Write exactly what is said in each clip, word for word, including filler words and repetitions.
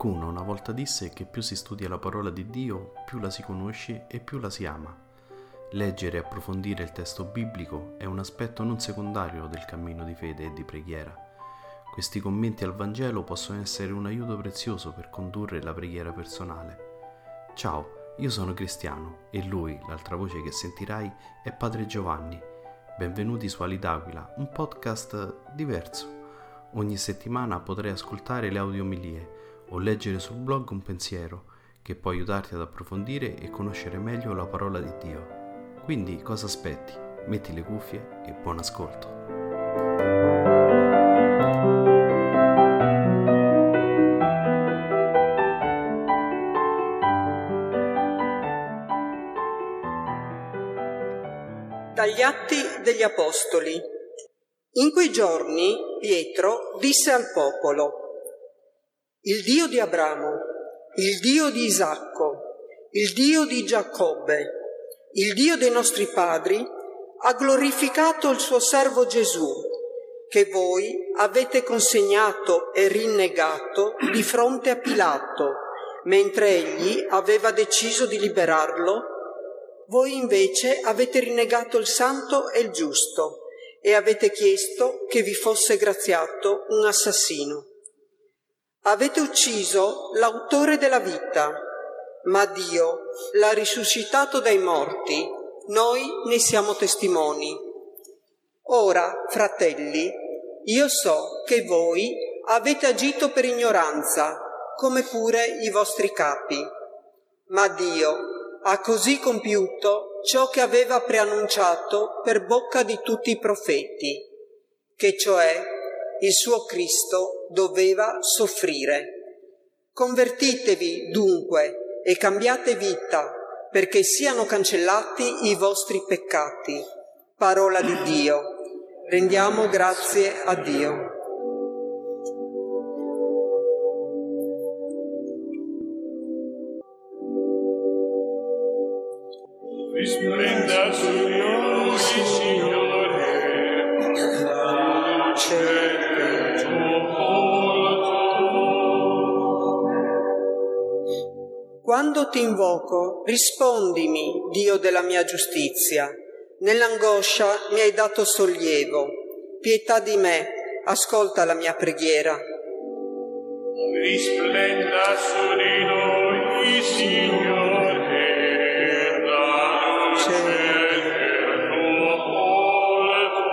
Qualcuno una volta disse che più si studia la parola di Dio, più la si conosce e più la si ama. Leggere e approfondire il testo biblico è un aspetto non secondario del cammino di fede e di preghiera. Questi commenti al Vangelo possono essere un aiuto prezioso per condurre la preghiera personale. Ciao, io sono Cristiano e lui, l'altra voce che sentirai, è Padre Giovanni. Benvenuti su Ali d'Aquila, un podcast diverso. Ogni settimana potrai ascoltare le audiomilie o leggere sul blog un pensiero che può aiutarti ad approfondire e conoscere meglio la parola di Dio. Quindi cosa aspetti? Metti le cuffie e buon ascolto. Dagli Atti degli Apostoli. In quei giorni Pietro disse al popolo: Il Dio di Abramo, il Dio di Isacco, il Dio di Giacobbe, il Dio dei nostri padri, ha glorificato il suo servo Gesù, che voi avete consegnato e rinnegato di fronte a Pilato, mentre egli aveva deciso di liberarlo. Voi invece avete rinnegato il santo e il giusto e avete chiesto che vi fosse graziato un assassino. Avete ucciso l'autore della vita, ma Dio l'ha risuscitato dai morti, noi ne siamo testimoni. Ora, fratelli, io so che voi avete agito per ignoranza, come pure i vostri capi, ma Dio ha così compiuto ciò che aveva preannunciato per bocca di tutti i profeti, che cioè il suo Cristo doveva soffrire. Convertitevi dunque e cambiate vita, perché siano cancellati i vostri peccati. Parola di Dio. Rendiamo grazie a Dio. Risplenda su noi, Signore, la luce del tuo volto. Quando ti invoco, rispondimi, Dio della mia giustizia. Nell'angoscia mi hai dato sollievo. Pietà di me, ascolta la mia preghiera. Risplenda su di noi, Signore, la luce del tuo volto.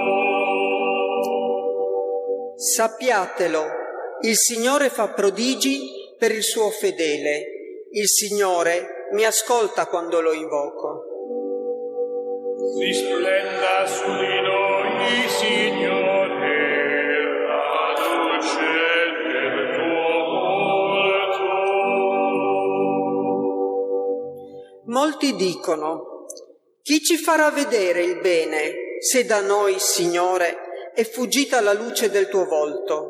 Sappiatelo, il Signore fa prodigi per il suo fedele. Il Signore mi ascolta quando lo invoco. Risplenda su di noi, Signore, la luce del tuo volto. Molti dicono: chi ci farà vedere il bene se da noi, Signore, è fuggita la luce del tuo volto?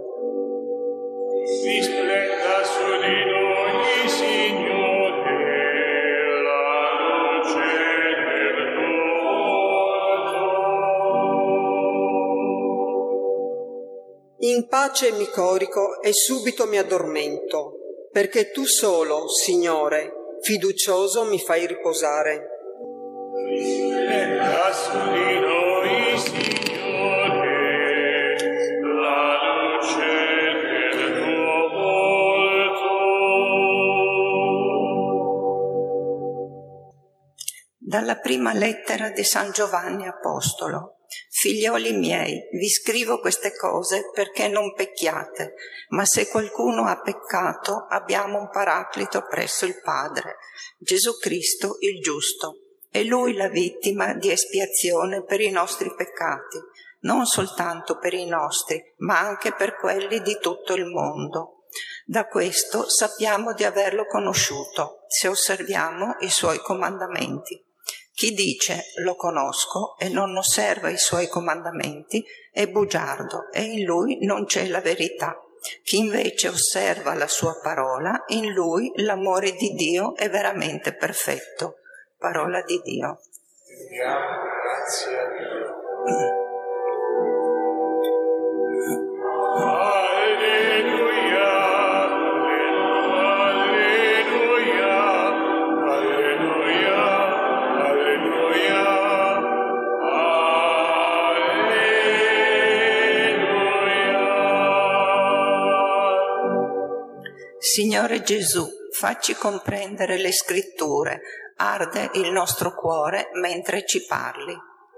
Risplenda su di noi, Signore, la luce del tuo volto. In pace mi corico e subito mi addormento, perché tu solo, Signore, fiducioso mi fai riposare. Risplenda su di noi, Signore, la luce del tuo volto. Dalla prima lettera di San Giovanni Apostolo. Figlioli miei, vi scrivo queste cose perché non pecchiate, ma se qualcuno ha peccato abbiamo un paraclito presso il Padre, Gesù Cristo il giusto. È Lui la vittima di espiazione per i nostri peccati, non soltanto per i nostri, ma anche per quelli di tutto il mondo. Da questo sappiamo di averlo conosciuto, se osserviamo i Suoi comandamenti. Chi dice lo conosco e non osserva i Suoi comandamenti è bugiardo e in lui non c'è la verità. Chi invece osserva la Sua parola, in lui l'amore di Dio è veramente perfetto. Parola di Dio. Rendiamo grazie a Dio. Alleluia, alleluia. Signore Gesù, facci comprendere le scritture, arde il nostro cuore mentre ci parli.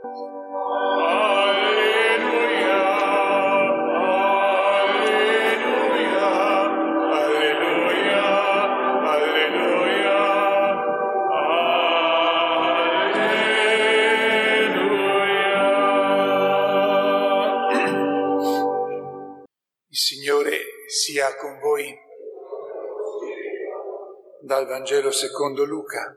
Il Signore sia con voi. Dal Vangelo secondo Luca.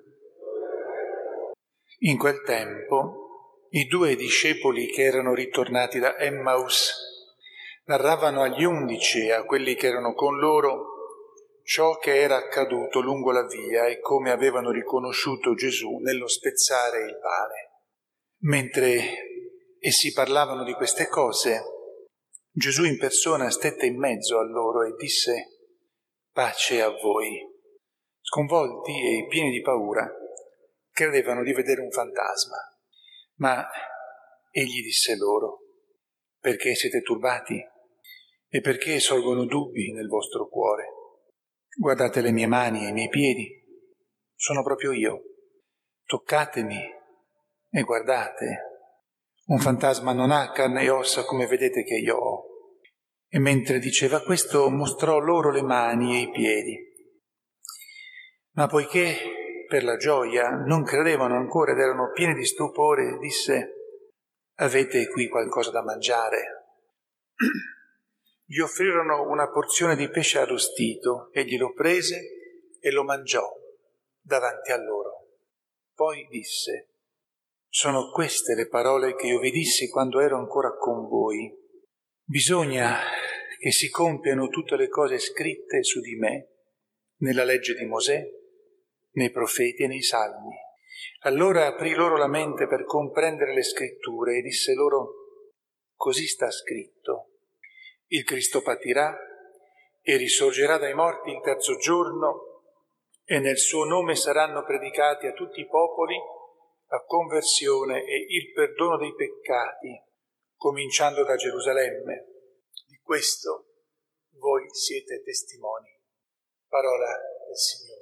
In quel tempo i due discepoli che erano ritornati da Emmaus narravano agli undici e a quelli che erano con loro ciò che era accaduto lungo la via e come avevano riconosciuto Gesù nello spezzare il pane. Mentre essi parlavano di queste cose, Gesù in persona stette in mezzo a loro e disse: «Pace a voi». Sconvolti e pieni di paura, credevano di vedere un fantasma. Ma egli disse loro: «Perché siete turbati? E perché sorgono dubbi nel vostro cuore? Guardate le mie mani e i miei piedi, sono proprio io. Toccatemi e guardate. Un fantasma non ha carne e ossa come vedete che io ho». E mentre diceva questo, mostrò loro le mani e i piedi. Ma poiché per la gioia non credevano ancora ed erano pieni di stupore, disse: «Avete qui qualcosa da mangiare?» Gli offrirono una porzione di pesce arrostito, egli lo prese e lo mangiò davanti a loro. Poi disse: «Sono queste le parole che io vi dissi quando ero ancora con voi. Bisogna che si compiano tutte le cose scritte su di me nella legge di Mosè, nei profeti e nei salmi». Allora aprì loro la mente per comprendere le scritture e disse loro: «Così sta scritto: il Cristo patirà e risorgerà dai morti il terzo giorno, e nel suo nome saranno predicati a tutti i popoli la conversione e il perdono dei peccati, cominciando da Gerusalemme. Di questo voi siete testimoni». Parola del Signore.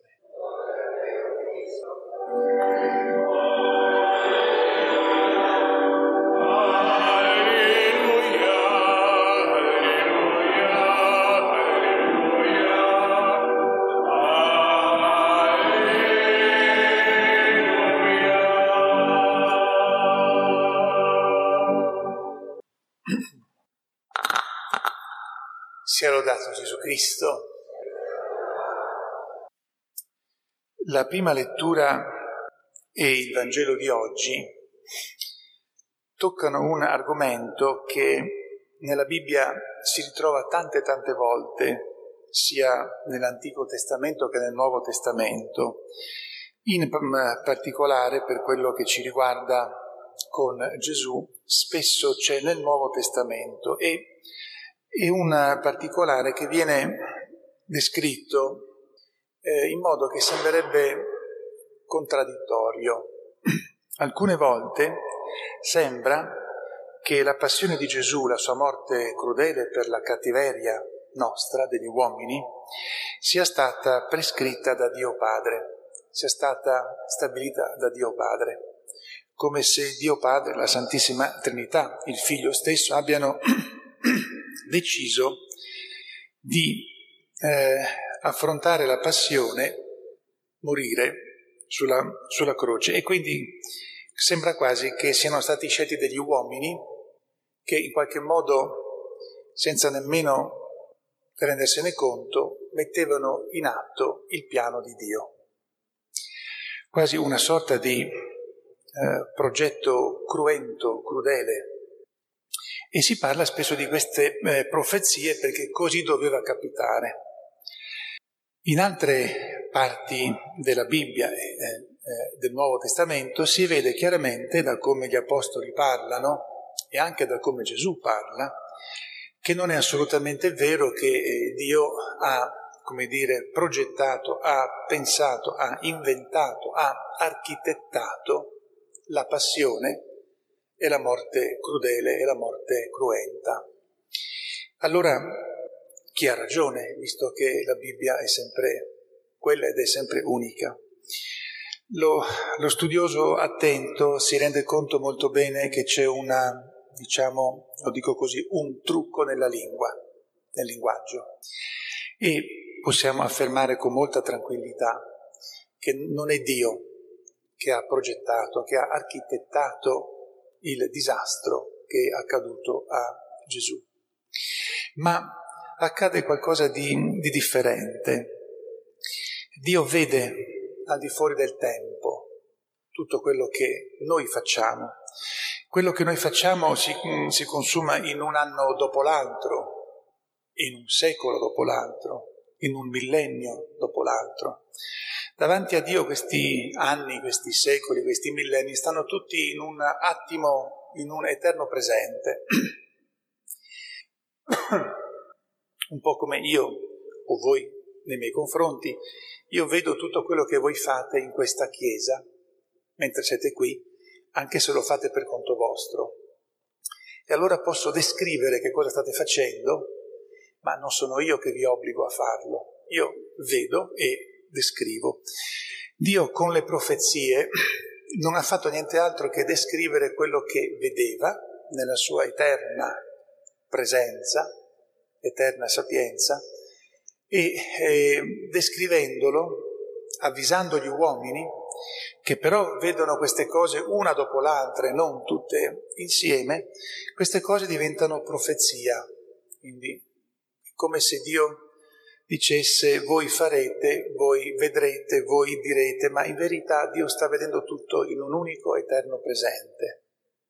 Sia lodato Gesù Cristo. La prima lettura e il Vangelo di oggi toccano un argomento che nella Bibbia si ritrova tante tante volte, sia nell'Antico Testamento che nel Nuovo Testamento. In particolare, per quello che ci riguarda con Gesù, spesso c'è nel Nuovo Testamento e è un particolare che viene descritto eh, in modo che sembrerebbe contraddittorio. Alcune volte sembra che la passione di Gesù, la sua morte crudele per la cattiveria nostra, degli uomini, sia stata prescritta da Dio Padre, sia stata stabilita da Dio Padre, come se Dio Padre, la Santissima Trinità, il Figlio stesso abbiano deciso di eh, affrontare la passione, morire sulla, sulla croce, e quindi sembra quasi che siano stati scelti degli uomini che in qualche modo, senza nemmeno rendersene conto, mettevano in atto il piano di Dio. Quasi una sorta di eh, progetto cruento, crudele. E si parla spesso di queste eh, profezie perché così doveva capitare. In altre parti della Bibbia e eh, del Nuovo Testamento si vede chiaramente, da come gli Apostoli parlano e anche da come Gesù parla, che non è assolutamente vero che eh, Dio ha, come dire, progettato, ha pensato, ha inventato, ha architettato la passione e la morte crudele e la morte cruenta. Allora, chi ha ragione, visto che la Bibbia è sempre quella ed è sempre unica. Lo, lo studioso attento si rende conto molto bene che c'è una, diciamo, lo dico così, un trucco nella lingua, nel linguaggio. E possiamo affermare con molta tranquillità che non è Dio che ha progettato, che ha architettato il disastro che è accaduto a Gesù. Ma accade qualcosa di, di differente. Dio vede al di fuori del tempo tutto quello che noi facciamo. Quello che noi facciamo si, si consuma in un anno dopo l'altro, in un secolo dopo l'altro, in un millennio dopo l'altro. Davanti a Dio questi anni, questi secoli, questi millenni stanno tutti in un attimo, in un eterno presente. Un po' come io o voi nei miei confronti, io vedo tutto quello che voi fate in questa chiesa, mentre siete qui, anche se lo fate per conto vostro. E allora posso descrivere che cosa state facendo, ma non sono io che vi obbligo a farlo. Io vedo e descrivo. Dio con le profezie non ha fatto niente altro che descrivere quello che vedeva nella sua eterna presenza, eterna sapienza, e eh, descrivendolo, avvisando gli uomini, che però vedono queste cose una dopo l'altra e non tutte insieme, queste cose diventano profezia. Quindi è come se Dio dicesse: voi farete, voi vedrete, voi direte, ma in verità Dio sta vedendo tutto in un unico eterno presente.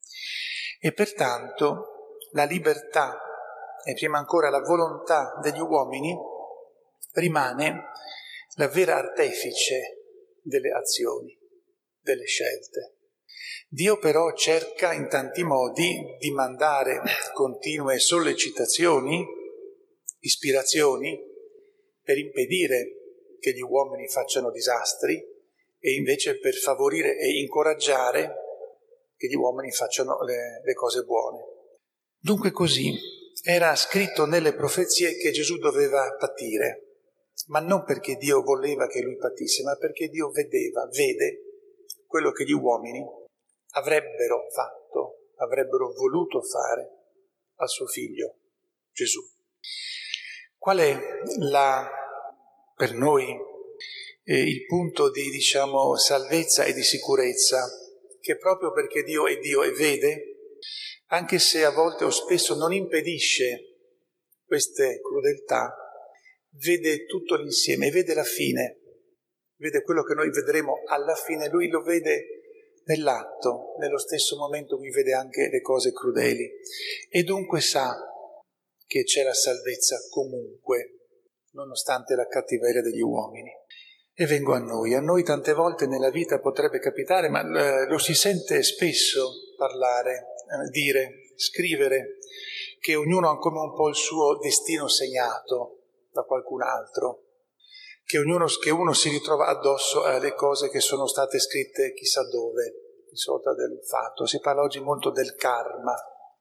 E pertanto la libertà e prima ancora la volontà degli uomini rimane la vera artefice delle azioni, delle scelte. Dio però cerca in tanti modi di mandare continue sollecitazioni, ispirazioni, per impedire che gli uomini facciano disastri e invece per favorire e incoraggiare che gli uomini facciano le, le cose buone. Dunque così era scritto nelle profezie che Gesù doveva patire, ma non perché Dio voleva che lui patisse, ma perché Dio vedeva, vede quello che gli uomini avrebbero fatto, avrebbero voluto fare al suo figlio Gesù. Qual è la, per noi eh, il punto di, diciamo, salvezza e di sicurezza? Che proprio perché Dio è Dio e vede, anche se a volte o spesso non impedisce queste crudeltà, vede tutto l'insieme, vede la fine, vede quello che noi vedremo alla fine, lui lo vede nell'atto, nello stesso momento cui vede anche le cose crudeli, e dunque sa che c'è la salvezza comunque, nonostante la cattiveria degli uomini. E vengo a noi. A noi tante volte nella vita potrebbe capitare, ma eh, lo si sente spesso parlare, eh, dire, scrivere, che ognuno ha come un po' il suo destino segnato da qualcun altro, che, ognuno, che uno si ritrova addosso alle cose che sono state scritte chissà dove, di sorta del fatto. Si parla oggi molto del karma.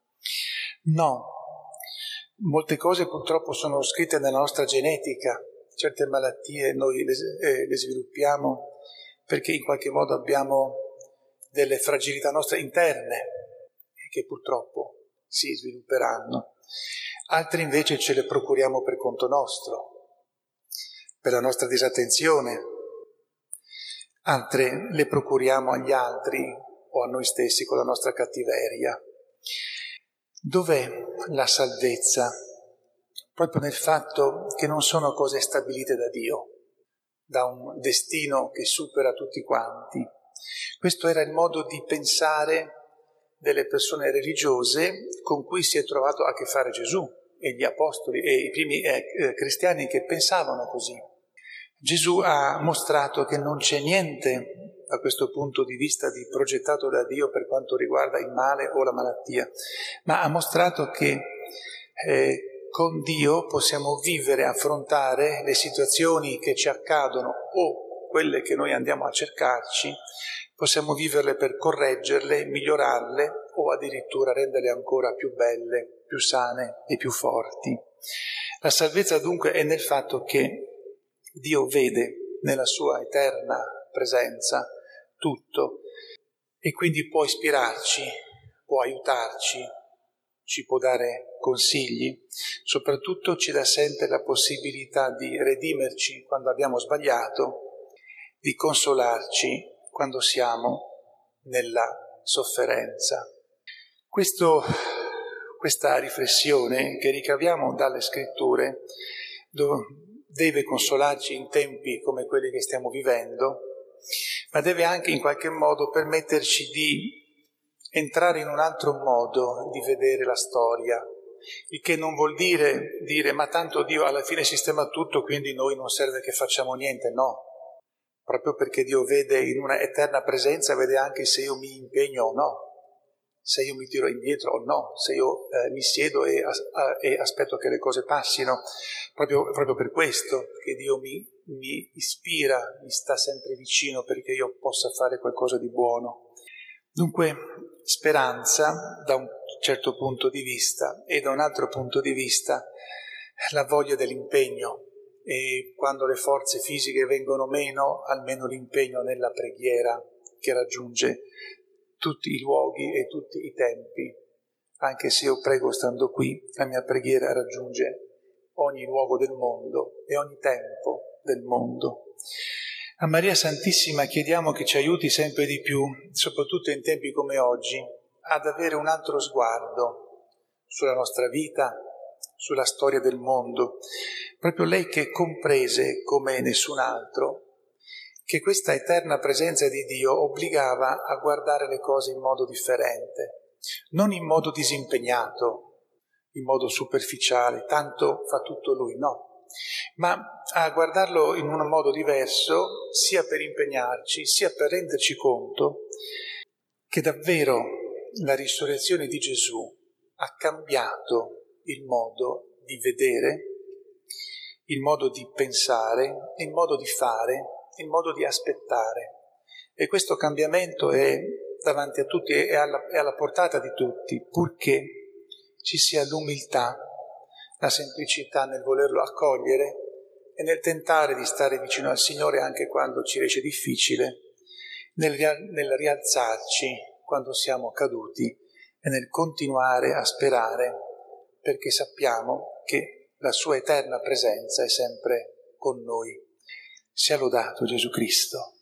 No. Molte cose purtroppo sono scritte nella nostra genetica, certe malattie noi le, eh, le sviluppiamo perché in qualche modo abbiamo delle fragilità nostre interne che purtroppo si svilupperanno. Altre invece ce le procuriamo per conto nostro, per la nostra disattenzione. Altre le procuriamo agli altri o a noi stessi con la nostra cattiveria. Dov'è la salvezza? Proprio nel fatto che non sono cose stabilite da Dio, da un destino che supera tutti quanti. Questo era il modo di pensare delle persone religiose con cui si è trovato a che fare Gesù e gli apostoli e i primi eh, cristiani che pensavano così. Gesù ha mostrato che non c'è niente da questo punto di vista di progettato da Dio per quanto riguarda il male o la malattia, ma ha mostrato che eh, con Dio possiamo vivere, affrontare le situazioni che ci accadono o quelle che noi andiamo a cercarci, possiamo viverle per correggerle, migliorarle o addirittura renderle ancora più belle, più sane e più forti. La salvezza dunque è nel fatto che Dio vede nella sua eterna presenza tutto e quindi può ispirarci, può aiutarci, ci può dare consigli, soprattutto ci dà sempre la possibilità di redimerci quando abbiamo sbagliato, di consolarci quando siamo nella sofferenza. Questo, questa riflessione che ricaviamo dalle scritture deve consolarci in tempi come quelli che stiamo vivendo, ma deve anche in qualche modo permetterci di entrare in un altro modo di vedere la storia, il che non vuol dire dire ma tanto Dio alla fine sistema tutto, quindi noi non serve che facciamo niente, no. Proprio perché Dio vede in una eterna presenza, vede anche se io mi impegno o no, se io mi tiro indietro o no, se io eh, mi siedo e, as- e aspetto che le cose passino. Proprio, proprio per questo che Dio mi, mi ispira, mi sta sempre vicino perché io possa fare qualcosa di buono. Dunque, speranza da un certo punto di vista e da un altro punto di vista la voglia dell'impegno. E quando le forze fisiche vengono meno, almeno l'impegno nella preghiera che raggiunge tutti i luoghi e tutti i tempi. Anche se io prego stando qui, la mia preghiera raggiunge ogni luogo del mondo e ogni tempo del mondo. A Maria Santissima chiediamo che ci aiuti sempre di più, soprattutto in tempi come oggi, ad avere un altro sguardo sulla nostra vita, sulla storia del mondo. Proprio lei che comprese, come nessun altro, che questa eterna presenza di Dio obbligava a guardare le cose in modo differente, non in modo disimpegnato, in modo superficiale, tanto fa tutto Lui, no, ma a guardarlo in un modo diverso, sia per impegnarci, sia per renderci conto che davvero la risurrezione di Gesù ha cambiato il modo di vedere, il modo di pensare, il modo di fare, il modo di aspettare. E questo cambiamento è davanti a tutti, è alla, è alla portata di tutti, purché ci sia l'umiltà, la semplicità nel volerlo accogliere e nel tentare di stare vicino al Signore anche quando ci riesce difficile, nel, nel rialzarci quando siamo caduti e nel continuare a sperare, perché sappiamo che la sua eterna presenza è sempre con noi. Sia lodato Gesù Cristo.